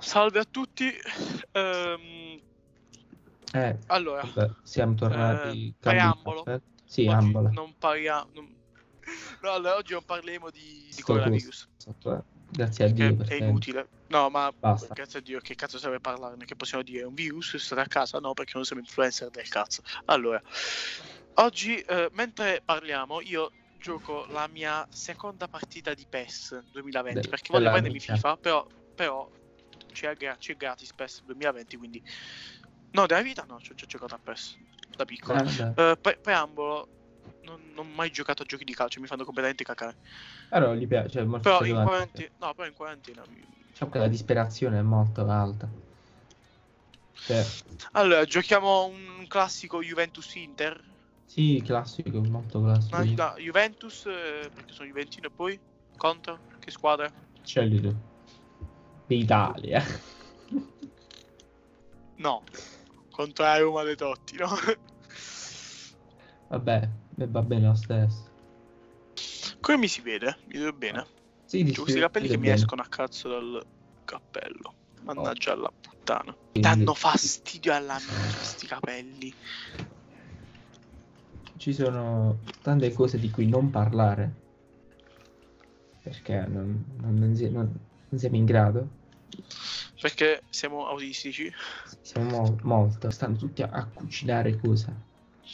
Salve a tutti. Allora, vabbè, siamo tornati. preambolo. Sì, Oggi ambola. non parliamo. No, allora, oggi non parliamo di Sto coronavirus. Grazie a Perché Dio. è Perché inutile. No, ma basta. grazie a Dio, che cazzo serve parlarne? Che possiamo dire? È un virus? State a casa? No, perché non siamo influencer del cazzo. Allora, oggi, mentre parliamo, io gioco la mia seconda partita di PES 2020. Perché voglio prendermi FIFA, però c'è gratis PES 2020, quindi no, della vita no, ci ho già giocato a PES da piccolo. Preambolo, non ho mai giocato a giochi di calcio, mi fanno completamente cacare. Però gli piace, Però in quarantina diciamo che la disperazione è molto alta. Cioè, allora, giochiamo un classico Juventus-Inter. sì, classico, molto classico. No, Juventus, perché sono juventino, e poi contro che squadra? Scegli tu. D'Italia. No, contro la Roma dei Totti, no? Vabbè, va bene lo stesso. Come mi si vede? Mi vedo bene? Sì, C'ho questi capelli che mi escono a cazzo dal cappello. Mannaggia alla puttana. Danno fastidio alla mente questi capelli. Ci sono tante cose di cui non parlare. Perché non siamo in grado. Perché siamo autistici? Siamo molto. Stanno tutti a cucinare cose.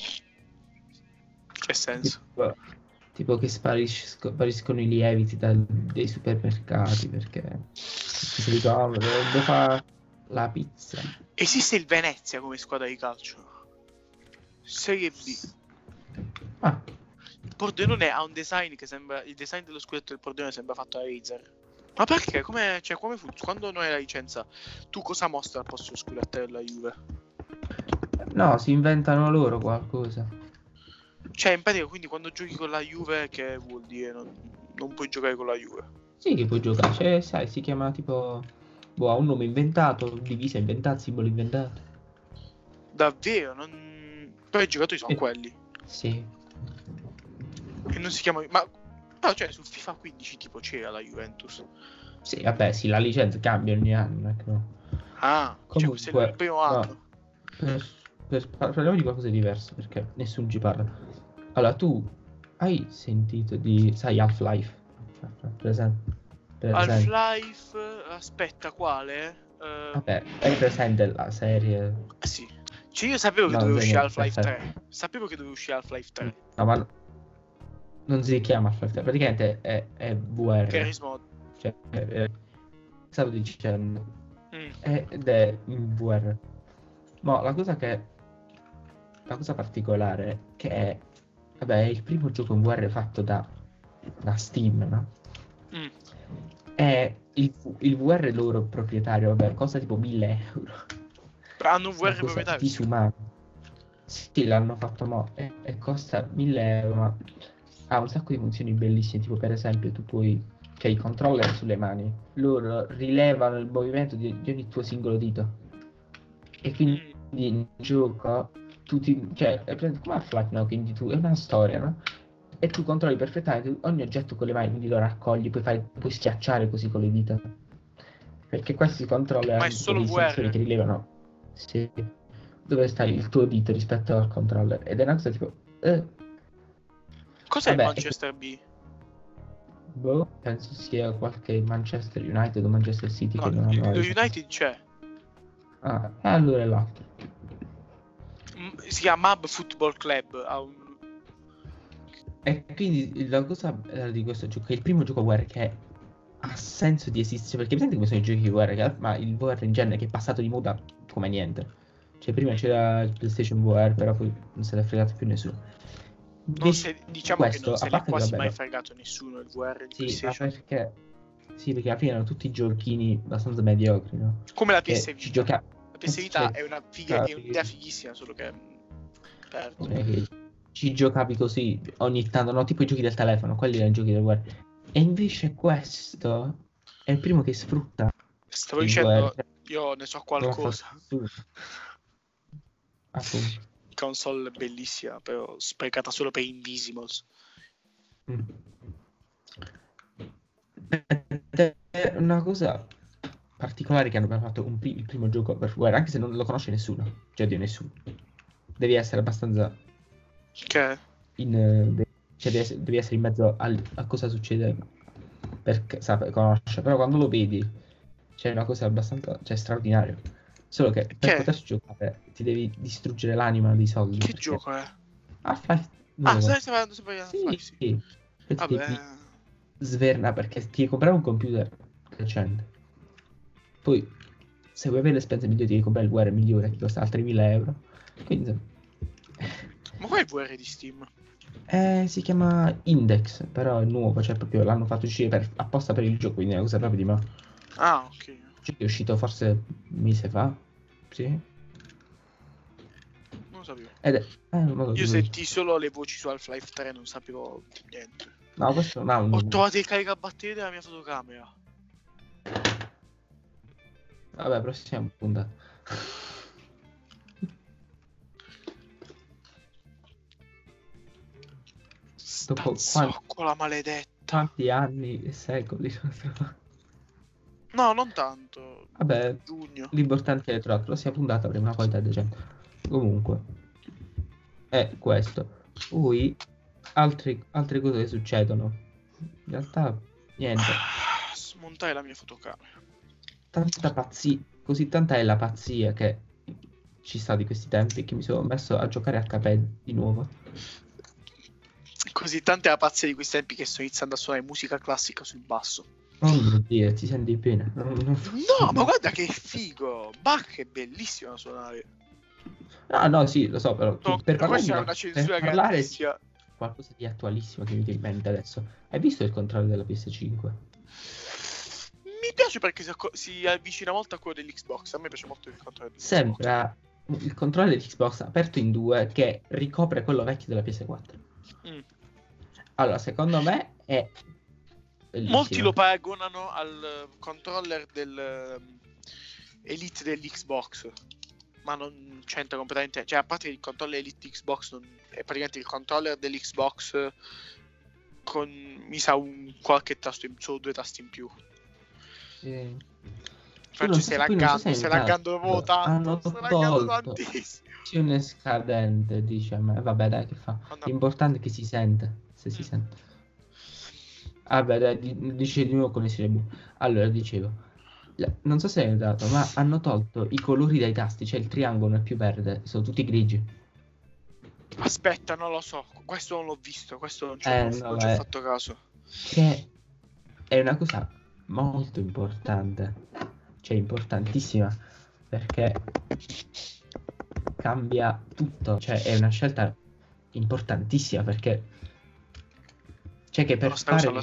Che senso? Tipo che spariscono i lieviti dei supermercati perché si dicono devo fare la pizza. Esiste il Venezia come squadra di calcio? Serie B. Il Pordenone ha un design che sembra... Il design dello scudetto del Pordenone sembra fatto a Razer. Ma perché? Come fu? Quando noi la licenza, tu cosa mostri al posto dello scudetto della Juve? No, si inventano loro qualcosa. Cioè, in pratica, quindi quando giochi con la Juve, che vuol dire? Non puoi giocare con la Juve? Sì che puoi giocare, cioè, sai, si chiama tipo... Boh, ha un nome inventato, divisa inventata, simbolo inventato. Davvero? Però i giocatori sono quelli? Sì. E non si chiama... Ma... No, cioè, su FIFA 15 tipo c'era la Juventus. Sì, vabbè, sì, la licenza cambia ogni anno, ecco. Ah, comunque, cioè, questo è il primo anno. Parliamo di qualcosa di diverso, perché nessuno ci parla. Allora, tu hai sentito di... Sai, Half-Life? Presente? Half-Life... Aspetta, quale? Vabbè, hai presente la serie? Sì. Cioè, io sapevo che doveva uscire Half-Life 3. Sapevo che doveva uscire Half-Life 3. No, ma non si chiama Half-Life 3, praticamente è VR. Garry's Mod. Cioè, stavo dicendo. Ed è in VR. Ma la cosa particolare che è, vabbè, è il primo gioco in VR fatto da Steam, no? È il VR loro proprietario, vabbè, costa tipo 1.000 euro. Hanno un VR proprietario? Disumano. Sì, l'hanno fatto e costa 1.000 euro, ma ha un sacco di funzioni bellissime, tipo per esempio tu puoi, cioè i controller sulle mani, loro rilevano il movimento di ogni tuo singolo dito. E quindi in gioco cioè è come Half-Life, no? Quindi è una storia, no? E tu controlli perfettamente ogni oggetto con le mani, quindi lo raccogli, puoi schiacciare così con le dita. Perché questi controller hanno tipo dei sensori che rilevano dove sta il tuo dito rispetto al controller. Ed è una cosa tipo... Cos'è il Manchester B? Boh, penso sia qualche Manchester United o Manchester City, no, che non hanno... Lo United c'è. Ah, allora è l'altro. Si chiama Mab Football Club. E quindi la cosa di questo gioco è il primo gioco VR che ha senso di esistere, perché presente come sono i giochi VR, ma il VR in genere che è passato di moda come niente. Cioè prima c'era il PlayStation VR, però poi non se l'è fregato più nessuno. Diciamo questo, che non se l'è quasi mai fregato nessuno il VR di PlayStation. Perché alla fine erano tutti giochini abbastanza mediocri, no? Come la PS Vita. La PS Vita è un'idea fighissima, solo che ci giocavi così ogni tanto, no? Tipo i giochi del telefono, quelli erano i giochi del VR. E invece questo è il primo che sfrutta. Stavo dicendo, io ne so qualcosa. Appunto. Console bellissima, però sprecata solo per Invisimals. È una cosa particolari che hanno fatto il primo gioco per VR, anche se non lo conosce nessuno. Cioè, di nessuno. Devi essere abbastanza Che? cioè devi essere in mezzo a cosa succede per conoscere. Però quando lo vedi c'è una cosa abbastanza, cioè, straordinaria. Solo che per Che? poterci giocare ti devi distruggere l'anima di soldi. Che gioco è? Half-Life non lo stai conosco. parlando sempre di Half-Life, sì. Sì. E ti Vabbè. devi sverna perché ti devi comprare un computer decente. Poi, se vuoi avere l'esperienza migliore, ti devi comprare il VR migliore che costa altri 1000 euro. Quindi, Ma qual è il VR di Steam? si chiama Index, però è nuovo, cioè proprio l'hanno fatto uscire apposta per il gioco, quindi è una cosa proprio di me. Ah, ok. È uscito forse un mese fa, sì. Non lo sapevo. Non Io senti solo le voci su Half-Life 3, non sapevo niente. No, questo non ha un Ho nome. trovato il caricabatterie della mia fotocamera. Vabbè, prossima puntata. Dopo Stazzoccola maledetta. Quanti anni e secoli sono stati? No, non tanto. Vabbè, Giugno. l'importante è che la prossima puntata avremo una qualità decente. Comunque, è questo. Poi, altre cose che succedono. In realtà, niente. Smontare la mia fotocamera. Tanta pazzia, così tanta è la pazzia che ci sta di questi tempi che mi sono messo a giocare a Cuphead di nuovo. Così tanta è la pazzia di questi tempi che sto iniziando a suonare musica classica sul basso. Oh mio Dio, ti senti bene? No, ma guarda che figo! Bach è bellissimo da suonare. No, sì, lo so, però No, per parlare questa di è una censura per parlare grandissima. qualcosa di attualissimo che mi viene in mente adesso. Hai visto il controllo della PS5? Mi piace perché si avvicina molto a quello dell'Xbox. A me piace molto il controllo dell'Xbox. Sembra il controllo dell'Xbox aperto in due che ricopre quello vecchio della PS4. Allora, secondo me è bellissimo. Molti lo paragonano al controller del Elite dell'Xbox, ma non c'entra completamente. Cioè, a parte il controller Elite Xbox, è praticamente il controller dell'Xbox con, mi sa, qualche tasto solo 2 tasti in più. Infatti stai laggando proprio tanto. Stai laggando tantissimo. C'è un scadente, dice a me. Vabbè, dai, che fa? L'importante è che si sente. Se si sente. Vabbè, dai, dice di nuovo connessione. Allora, dicevo, non so se hai notato, ma hanno tolto i colori dai tasti, cioè il triangolo è più verde, sono tutti grigi. Aspetta, non lo so, questo non l'ho visto, questo non ci ho fatto caso. Che è una cosa molto importante, cioè importantissima, perché cambia tutto, cioè è una scelta importantissima, perché cioè che per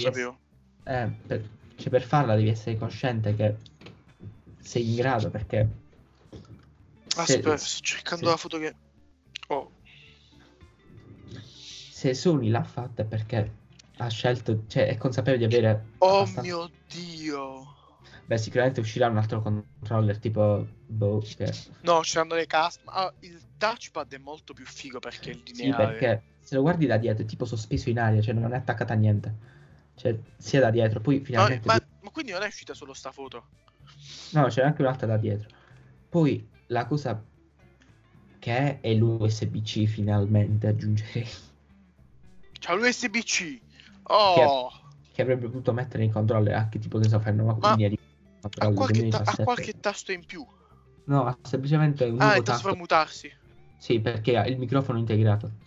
per farla devi essere cosciente che sei in grado, perché aspetta, sto cercando la foto che se Sony l'ha fatta è perché ha scelto, cioè è consapevole di avere mio Dio. Beh, sicuramente uscirà un altro controller tipo no, c'hanno le custom. Il touchpad è molto più figo perché è il lineare. Sì, perché se lo guardi da dietro è tipo sospeso in aria, cioè non è attaccata a niente. Cioè, sia da dietro, poi finalmente... ma quindi non è uscita solo sta foto? No, c'è anche un'altra da dietro. Poi, la cosa che è l'USB-C finalmente, aggiungerei. C'ha l'USB-C! Che avrebbe potuto mettere in controller anche tipo che so, fare una linea di controller. Ha qualche tasto in più? No, ha semplicemente un nuovo tasto per mutarsi. Sì, perché ha il microfono integrato.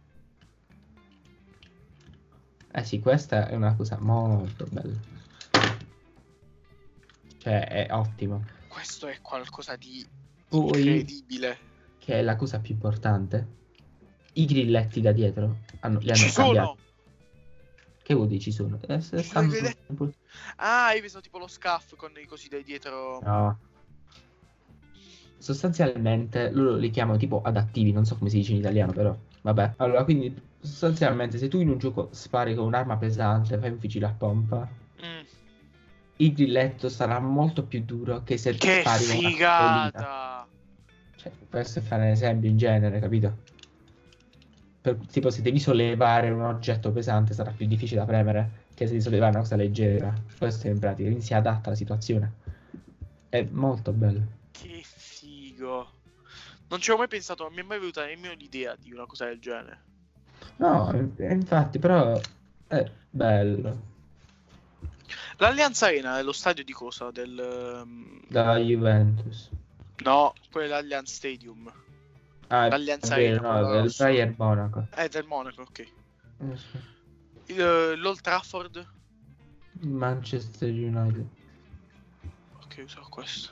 Sì, questa è una cosa molto bella. Cioè, è ottimo. Questo è qualcosa di incredibile. Che è la cosa più importante. I grilletti da dietro li hanno cambiati. Sono! Che vuol dire ci sono? Io pensavo tipo lo scaff con i cosi da dietro. No. Sostanzialmente loro li chiamano tipo adattivi, non so come si dice in italiano, però vabbè. Allora, quindi sostanzialmente se tu in un gioco spari con un'arma pesante, fai un fucile a pompa, il grilletto sarà molto più duro che se spari con una pistolina. Cioè, questo è fare un esempio in genere, capito? Tipo se devi sollevare un oggetto pesante sarà più difficile da premere che se devi sollevare una cosa leggera. Questo è in pratica, quindi si adatta alla situazione. È molto bello. Che figo. Non ci ho mai pensato, non mi è mai venuta nemmeno l'idea di una cosa del genere. No, infatti, però è bello. L'Allianz Arena è lo stadio di cosa? Da Juventus. No, quello è l'Allianz Stadium. Ah, L'Allianz è vero, Arena, no, quello è il rosso. Bayern Monaco. È del Monaco, ok. Sì. L'Old Trafford. Manchester United. Ok, uso questo.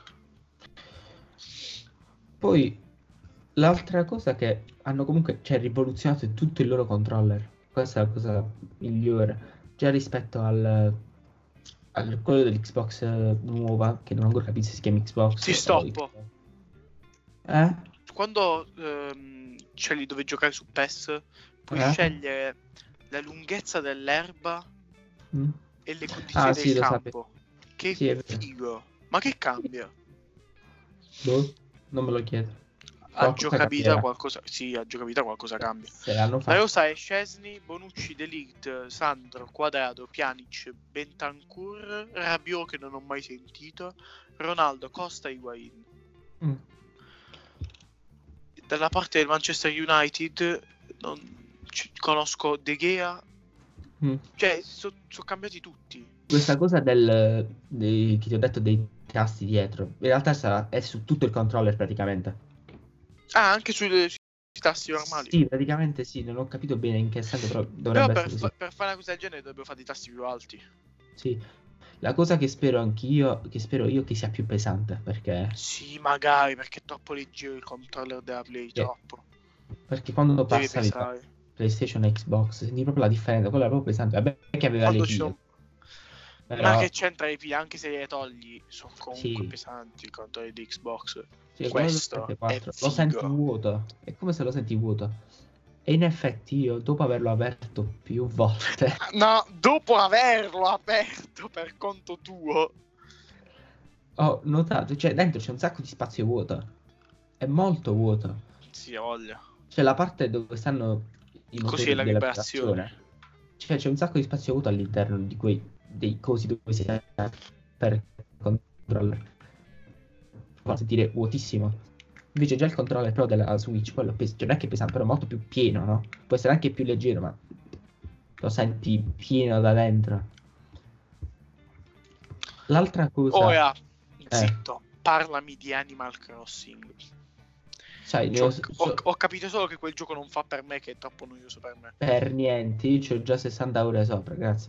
Poi l'altra cosa che hanno comunque, cioè, rivoluzionato è tutto il loro controller. Questa è la cosa migliore. Già rispetto al quello dell'Xbox nuova, che non ho ancora capito se si chiama Xbox Ti o stoppo. Xbox. Eh? Quando scegli dove giocare su PES, puoi scegliere la lunghezza dell'erba Mm. e le condizioni sì, del lo sapevo. campo. Che Sì, è vero. figo. Ma che cambia? Boh, non me lo chiedo. A Qualcosa giocabilità cambierà. qualcosa. Sì, a giocabilità qualcosa cambia. Se l'hanno La fatto. rosa è Szczesny, Bonucci, De Ligt, Sandro, Quadrado, Pjanic, Bentancur, Rabiot che non ho mai sentito, Ronaldo, Costa, Higuain. Mm. Dalla parte del Manchester United conosco De Gea. Cioè, sono cambiati tutti. Questa cosa che ti ho detto dei tasti dietro, in realtà è su tutto il controller praticamente. Ah, anche sui tasti normali. Sì, praticamente sì, non ho capito bene in che senso, però Però dovrebbe essere così. per fare una cosa del genere dovrebbero fare dei tasti più alti. Sì, la cosa che spero anch'io, che spero io che sia più pesante, perché... Sì, magari, perché è troppo leggero il controller della Play, troppo. Perché quando Deve passavi da pesare. PlayStation a Xbox, senti proprio la differenza, quello era proprio pesante. Vabbè che aveva Quando le ci pile, sono... Ma però... che c'entra i pili, anche se le togli, sono comunque Sì. pesanti i controlli di Xbox. Sì, Questo è lo senti figo. vuoto, è come se lo senti vuoto. E in effetti io, dopo averlo aperto più volte... No, dopo averlo aperto per conto tuo... Ho notato, cioè dentro c'è un sacco di spazio vuoto. È molto vuoto. Sì, voglia. C'è la parte dove stanno i Così è motori la della vibrazione. vibrazione. Cioè c'è un sacco di spazio vuoto all'interno di dei cosi dove si per controller. Fa sentire vuotissimo. Invece già il controller però della Switch, quello cioè, non è che è pesante, però è molto più pieno, no? Può essere anche più leggero, ma lo senti pieno da dentro. L'altra cosa... Ora, zitto, parlami di Animal Crossing. Sai, Ho capito solo che quel gioco non fa per me, che è troppo noioso per me. Per niente, io c'ho già 60 ore sopra, grazie.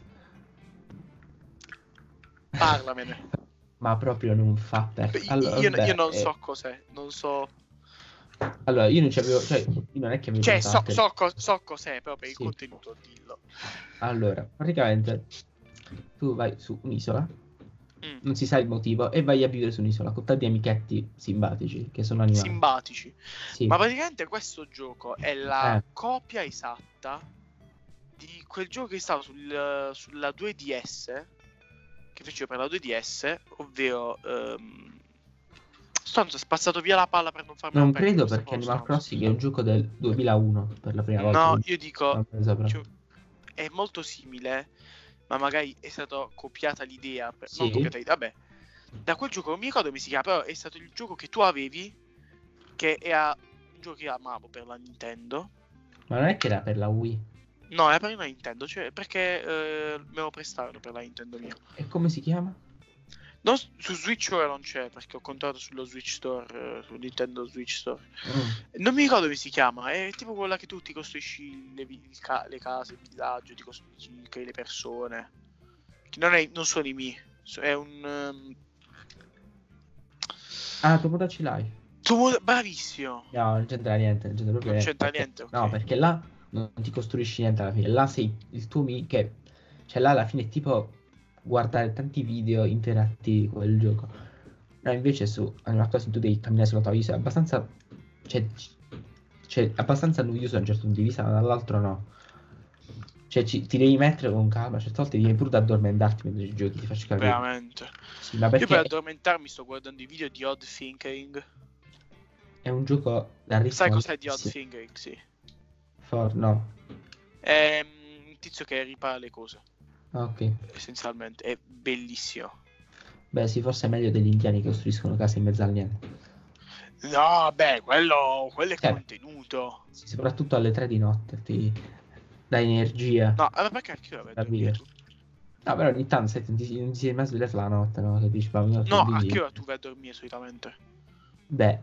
Parlamene. Ma proprio non fa per... Allora, io non so cos'è, non so... Allora, io non c'avevo... Cioè, io non è che avevo Cioè, pensato so cos'è, però per il Sì. contenuto, dillo. Allora, praticamente tu vai su un'isola, Mm. non si sa il motivo, e vai a vivere su un'isola con tanti amichetti simpatici, che sono animali. Simpatici. Sì. Ma praticamente questo gioco è la copia esatta di quel gioco che stava sulla 2DS, che fece per la 2DS, ovvero... Stanzo è spazzato via la palla per non farmi Non perdere credo questa perché cosa, Animal Crossing è un gioco del 2001 per la prima volta. No, io dico, Non lo saprò. cioè, è molto simile, ma magari è stata copiata l'idea, Sì. non copiata l'idea, vabbè. Da quel gioco non mi ricordo come si chiama, però è stato il gioco che tu avevi, che era un gioco che amavo per la Nintendo. Ma non è che era per la Wii? No, era per la Nintendo, cioè perché me lo prestarono per la Nintendo mia. E come si chiama? No, su Switch ora non c'è, perché ho contato sullo Switch Store, su Nintendo Switch Store. Non mi ricordo come si chiama, è tipo quella che tu ti costruisci le case, il villaggio, ti costruisci le persone. Che non sono i miei, è un... Ah, Tomodachi Life. Bravissimo! No, non c'entra niente, non c'entra proprio Non niente. c'entra niente, ok. No, perché là non ti costruisci niente alla fine. Là sei il tuo che... Cioè là alla fine è tipo guardare tanti video interattivi con il gioco. No, invece su Animal Crossing tu devi camminare sulla tua isola. È abbastanza... Cioè, abbastanza noioso da un certo punto di vista, ma dall'altro no. Cioè ti devi mettere con calma, certe volte devi pure addormentarti mentre ci giochi, ti faccio capire. Veramente. Sì, ma Io perché per addormentarmi sto guardando i video di Odd Thinkering. è un gioco da ritmo. Sai cos'è di Odd Thinkering? Sì. No. È un tizio che ripara le cose. Ok. Essenzialmente è bellissimo. Beh, sì, forse è meglio degli indiani che costruiscono case in mezzo al niente. No, beh, quello è Cioè, contenuto. sì, soprattutto alle 3 di notte ti dà energia No, perché anche io la per vedo vivere. tu? No, però ogni tanto non ti sei mai svegliato la notte, no? Che dici, ma No, a lì... che ora tu vai a dormire solitamente? Beh,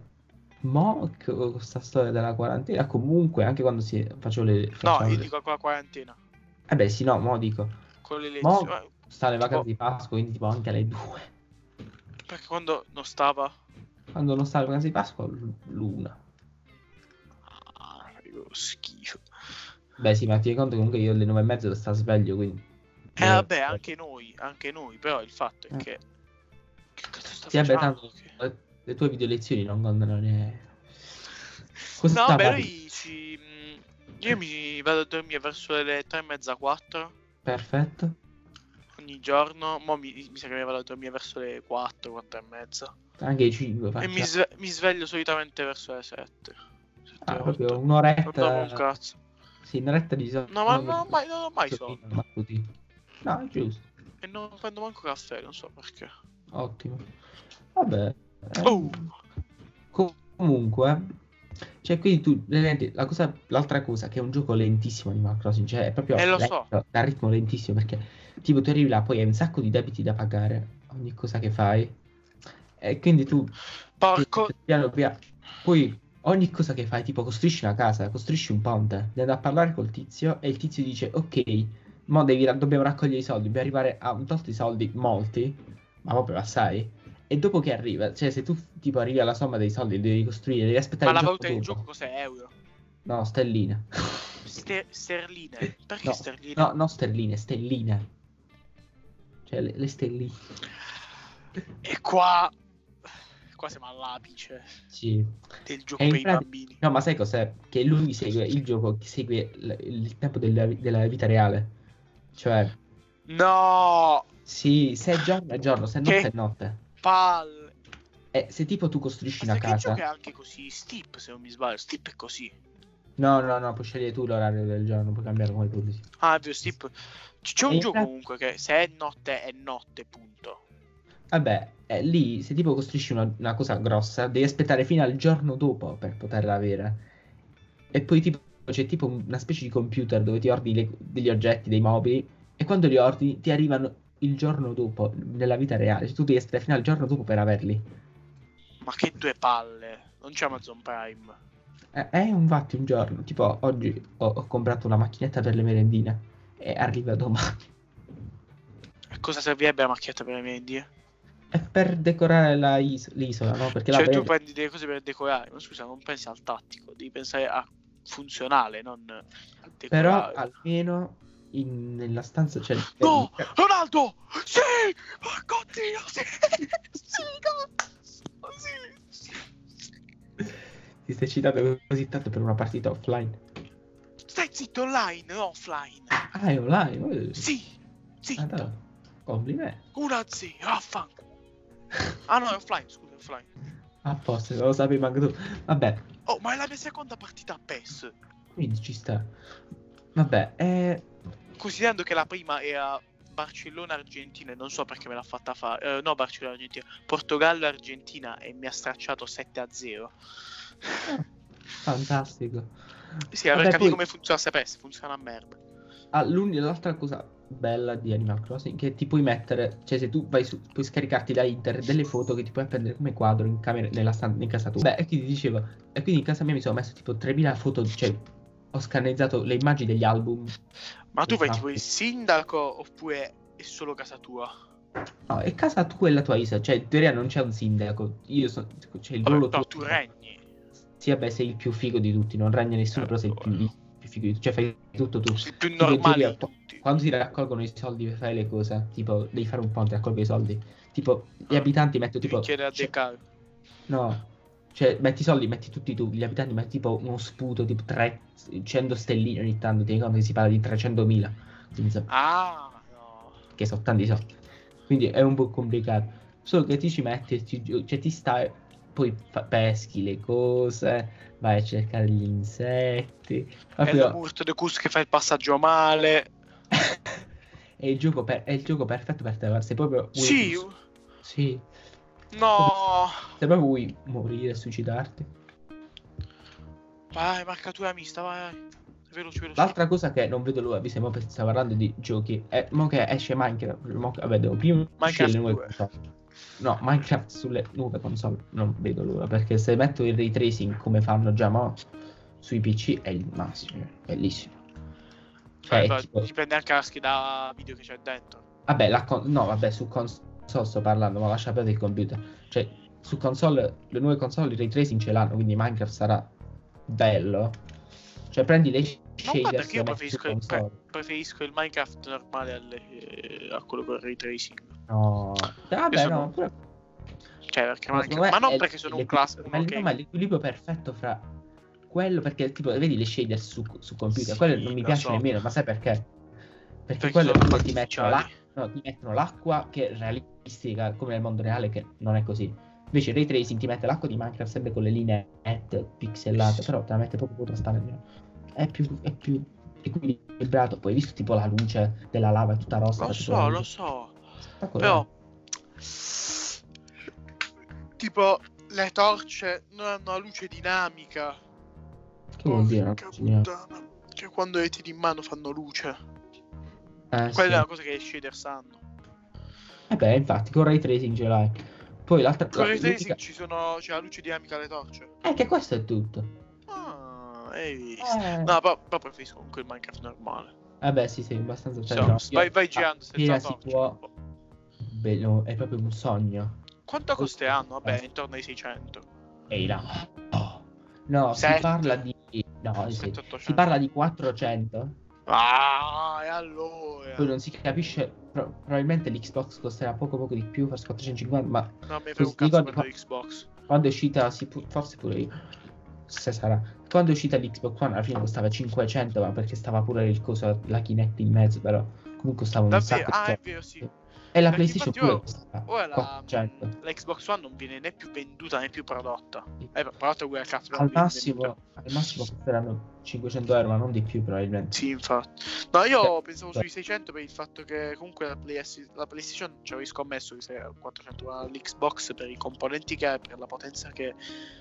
con questa storia della quarantena, comunque, anche quando No, facciamo io le... dico con la quarantena, Eh beh, sì, no, mo dico. con le Mo lezioni. sta le vacanze Tipo, di Pasqua, quindi tipo anche alle 2. perché quando non stava... Quando non sta le vacanze di Pasqua, l'una. Ah, dico, schifo. Beh, sì, ma ti rendi conto che comunque io alle 9:30 devo stare sveglio, quindi... Vabbè, anche noi, però il fatto è Eh. che... Che cazzo sta Sì, vabbè, facendo? tanto le tue video lezioni non contano ne... Cosa No, beh, fai? io mi vado a dormire verso le 3:30, 4 Perfetto. ogni giorno. Mo mi sa che mi vado a dormire verso le 4, 4 e mezza. Anche i 5 E facciamo. mi sveglio solitamente verso le 7. 7 Ah, proprio 8. Non dormo un un'oretta. cazzo. Sì, un'oretta di No, ma sonno. non ho mai sonno. Mattutino. No, è giusto. E non prendo manco caffè, non so perché. Ottimo. Vabbè. Oh! Comunque, cioè, quindi tu, l'altra cosa che è un gioco lentissimo Animal Crossing, cioè è proprio Lo so. lento, da ritmo lentissimo, perché tipo tu arrivi là, poi hai un sacco di debiti da pagare ogni cosa che fai, e quindi tu Porco... piano piano, poi ogni cosa che fai, tipo costruisci una casa, costruisci un ponte, devi andare a parlare col tizio, e il tizio dice, ok, mo dobbiamo raccogliere i soldi, dobbiamo arrivare a un tot di soldi, molti, ma proprio assai. E dopo che arriva, cioè se tu tipo arrivi alla somma dei soldi li devi costruire, devi aspettare Ma il la giorno valuta del dopo. gioco cos'è? Euro? No, stelline. Sterline? Perché No, sterline? no, no sterline, stelline. Cioè le stelline. E qua siamo all'apice Sì. del gioco E per in i pratica... bambini. No, ma sai cos'è? Che lui segue il gioco, che segue il tempo della vita reale. Cioè, No! sì, se è giorno è giorno, se è notte è Che notte. palle! E se tipo tu costruisci Ma una sai che gioco casa... è anche così? Steep, se non mi sbaglio. Steep è così. No, no, no, puoi scegliere tu l'orario del giorno, puoi cambiare come tu dici. Ah, è vero, Steep. C'è E un in gioco pratica... comunque che se è notte, punto. Vabbè, lì se tipo costruisci una cosa grossa, devi aspettare fino al giorno dopo per poterla avere. E poi tipo c'è tipo una specie di computer dove ti ordini degli oggetti, dei mobili, e quando li ordini ti arrivano il giorno dopo, nella vita reale. Cioè, tu devi aspettare fino al giorno dopo per averli. Ma che due palle. Non c'è Amazon Prime. Infatti un giorno, tipo oggi ho comprato una macchinetta per le merendine e arriva domani. E cosa servirebbe la macchietta per le medie? È per decorare l'isola, no? Perché là Cioè, tu praticamente... prendi delle cose per decorare. Ma scusa, non pensi al tattico, devi pensare a funzionale, non a Però decorare. almeno nella stanza c'è No! Ronaldo! Sì! Porco Dio, sì! Sì, cazzo! Sì! Ti stai citando così tanto per una partita offline. Stai zitto, online, non offline. Ah, è online? Sì! Ah, dai. Zitto! Complimenti. 1-0, affanculo. Ah no, è offline, scusa, è offline. A posto, non lo sapevi manco tu. Vabbè, Oh, ma è la mia seconda partita a PES. quindi ci sta. Vabbè, Considerando che la prima era Barcellona-Argentina e non so perché me l'ha fatta fare. No, Barcellona-Argentina. Portogallo-Argentina e mi ha stracciato 7-0. fantastico. Sì, per Vabbè, capire poi come funziona PES, funziona a merda. l'altra cosa bella di Animal Crossing è che ti puoi mettere, cioè se tu vai su, puoi scaricarti da internet delle foto che ti puoi appendere come quadro in camera, in casa tua. Beh, e quindi dicevo, e quindi in casa mia mi sono messo tipo 3000 foto, cioè ho scannizzato le immagini degli album. Ma tu fai tipo Esatto. il sindaco oppure è solo casa tua? No, è casa tua e la tua isola, cioè in teoria non c'è un sindaco, c'è il Vabbè, ruolo però tuo. tu regni. Sì, vabbè, sei il più figo di tutti, non regna nessuno, però sei il più figo di tutti, cioè fai tutto tu. Sei più Tipo in normale teoria, di tutti. quando si raccolgono i soldi per fare le cose, tipo devi fare un ponte, raccolgo i soldi, tipo gli abitanti metto Devi tipo... chiedere a De Caro. No, cioè metti i soldi, metti tutti tu, gli abitanti metti tipo uno sputo, tipo 300 stelline ogni tanto, ti ricordo che si parla di 300.000, quindi, Ah, no. che sono tanti soldi. Quindi è un po' complicato. Solo che ti ci metti e cioè ti stai, poi peschi le cose, vai a cercare gli insetti. È la Murto de Cus che fa il passaggio male. È il gioco perfetto per te, sei proprio Sì, Sì. No! Se proprio vuoi morire e suicidarti. Vai, marcatura mista, vai. Veloce, veloce. L'altra cosa che non vedo l'ora, visto che mo stiamo parlando di giochi, è mo che esce Minecraft. Vabbè, devo prima uscire Minecraft le nuove 2. console. No, Minecraft sulle nuove console non vedo l'ora, perché se metto il ray tracing come fanno già mo sui PC è il massimo, bellissimo. Cioè, è tipo... Dipende anche dalla scheda video che c'è dentro. Vabbè, no, vabbè, su console sto parlando, ma lascia perdere il computer. Cioè, su console, le nuove console il ray tracing ce l'hanno, quindi Minecraft sarà bello. Cioè, prendi le Non fa shaders perché io e metti su console. preferisco il Minecraft normale a quello con il ray tracing. No, vabbè, sono- no, però... Cioè, perché No, secondo me Ma non è perché sono un classico. ma è l'equilibrio perfetto fra quello, perché tipo vedi le shader su computer, quelle non mi lo piacciono so. nemmeno, ma sai perché? Perché Perché quelle sono pure ti mettono artificiali. ti mettono l'acqua che è realistica come nel mondo reale, che non è così. Invece il ray tracing ti mette l'acqua di Minecraft sempre con le linee nette, pixelate, però te la mette proprio trasparente. È più equilibrato. Poi hai visto tipo la luce della lava è tutta rossa. Lo so. Spettacolare. Però tipo le torce non hanno la luce dinamica. Che vuol dire? Porca puttana. Che quando le tiri in mano fanno luce. Quella Sì. è una cosa che i shader sanno. Beh, infatti, con ray tracing ce l'hai. Poi l'altra Con ray l'unica... tracing c'è la luce dinamica alle torce. che questo è tutto. Ah, hai visto. Eh. No, però preferisco comunque il Minecraft normale. Vabbè, sì, abbastanza Vai girando senza si torce. può. Bello, è proprio un sogno. Quanto costeranno? Vabbè, intorno ai 600. Ehi là. No, si 7. parla di... No, sì. 700. Si parla di 400. Ah, e allora? Poi non si capisce... probabilmente l'Xbox costerà poco di più, forse 450, ma... No, mi fai un cazzo per l'Xbox. Quando è uscita, forse pure io, se sarà, quando è uscita l'Xbox One alla fine costava 500, ma perché stava pure il coso, la Kinect in mezzo, però comunque stava un Davvero? sacco di È vero, sì. E la Perché PlayStation infatti pure costava ora 400. la Xbox One non viene né più venduta né più prodotta. Prodotta quella cazzo. Al massimo costeranno 500 euro, ma non di più probabilmente. Sì, infatti. No, io pensavo sui 600 per il fatto che comunque la PlayStation ci avevi scommesso che sia 400, ma l'Xbox per i componenti che ha, per la potenza che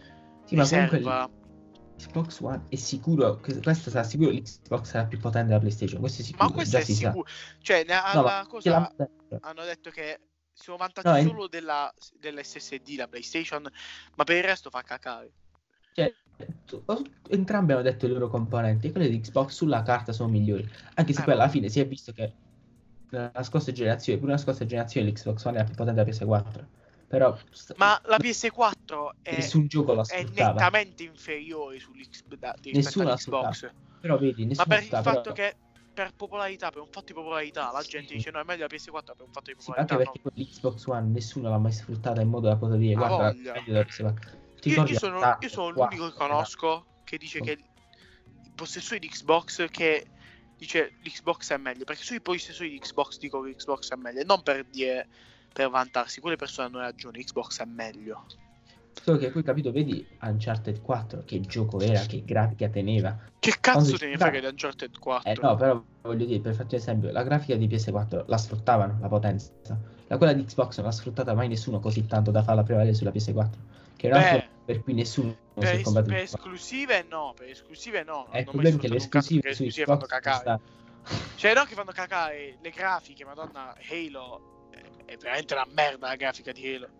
riserva. Xbox One è sicuro, questo sarà sicuro, l'Xbox sarà più potente della PlayStation, questo è sicuro. Ma questo è sicuro. Cioè, cosa hanno detto che si vantaggi solo dell'SSD la PlayStation, ma per il resto fa cacare. Cioè, entrambi hanno detto i loro componenti e quelli di Xbox sulla carta sono migliori, anche se poi alla fine si è visto che nella scorsa generazione l'Xbox One era più potente della PS4, però ma la PS4 nessun gioco la è sfruttava, nettamente inferiore rispetto all'Xbox, però vedi, ma per il fatto che per popolarità, per un fatto di popolarità, la gente dice no, è meglio la PS4 per un fatto di popolarità. Anche perché l'Xbox One nessuno l'ha mai sfruttata in modo da poter dire guarda, meglio della PS4. Io sono l'unico che conosco che dice che il possessore di Xbox che dice l'Xbox è meglio, perché sui possessori di Xbox dico che Xbox è meglio, non per dire, per vantarsi, quelle persone hanno ragione, Xbox è meglio. Solo che poi capito, vedi Uncharted 4 che gioco era, che grafica teneva. Che cazzo te ne frega di Uncharted 4? No, però voglio dire, per farti un esempio, la grafica di PS4 la sfruttavano, la potenza. Quella di Xbox non l'ha sfruttata mai nessuno così tanto da farla prevalere sulla PS4. Che è un altro per cui nessuno si è combattuto. Per esclusive no. Il problema è che le esclusive su Xbox fanno cacare. Cioè, non che fanno cacare le grafiche, madonna, Halo è veramente una merda la grafica di Halo.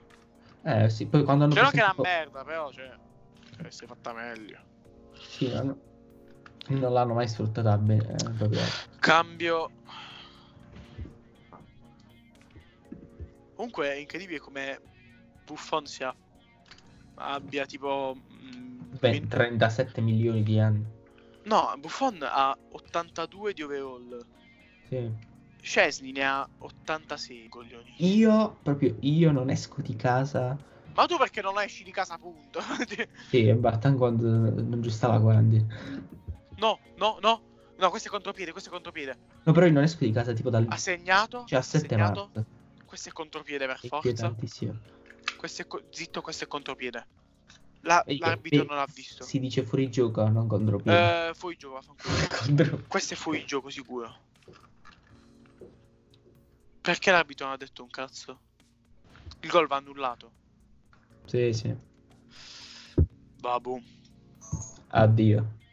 Sì, poi quando hanno non che è una merda, però, deve essere fatta meglio. Sì, non l'hanno mai sfruttata bene. Proprio. Cambio. Comunque è incredibile come Buffon abbia tipo 37 milioni di anni. No, Buffon ha 82 di overall. Sì. Szczesny ne ha 86, coglioni. Io non esco di casa. Ma tu perché non esci di casa, appunto? Sì, è Bartan quando non giusta la quarantena. No, questo è contropiede. No, però io non esco di casa tipo dal... Ha segnato? Cioè a 7 marzo. Questo è contropiede per forza. Tantissimo. Zitto, questo è contropiede. L'arbitro non l'ha visto. Si dice fuori gioco, non contropiede. Fuori gioco, vaffanculo. Questo è fuori gioco sicuro. Perché l'arbitro non ha detto un cazzo? Il gol va annullato. Sì, sì. Vabbù. Addio.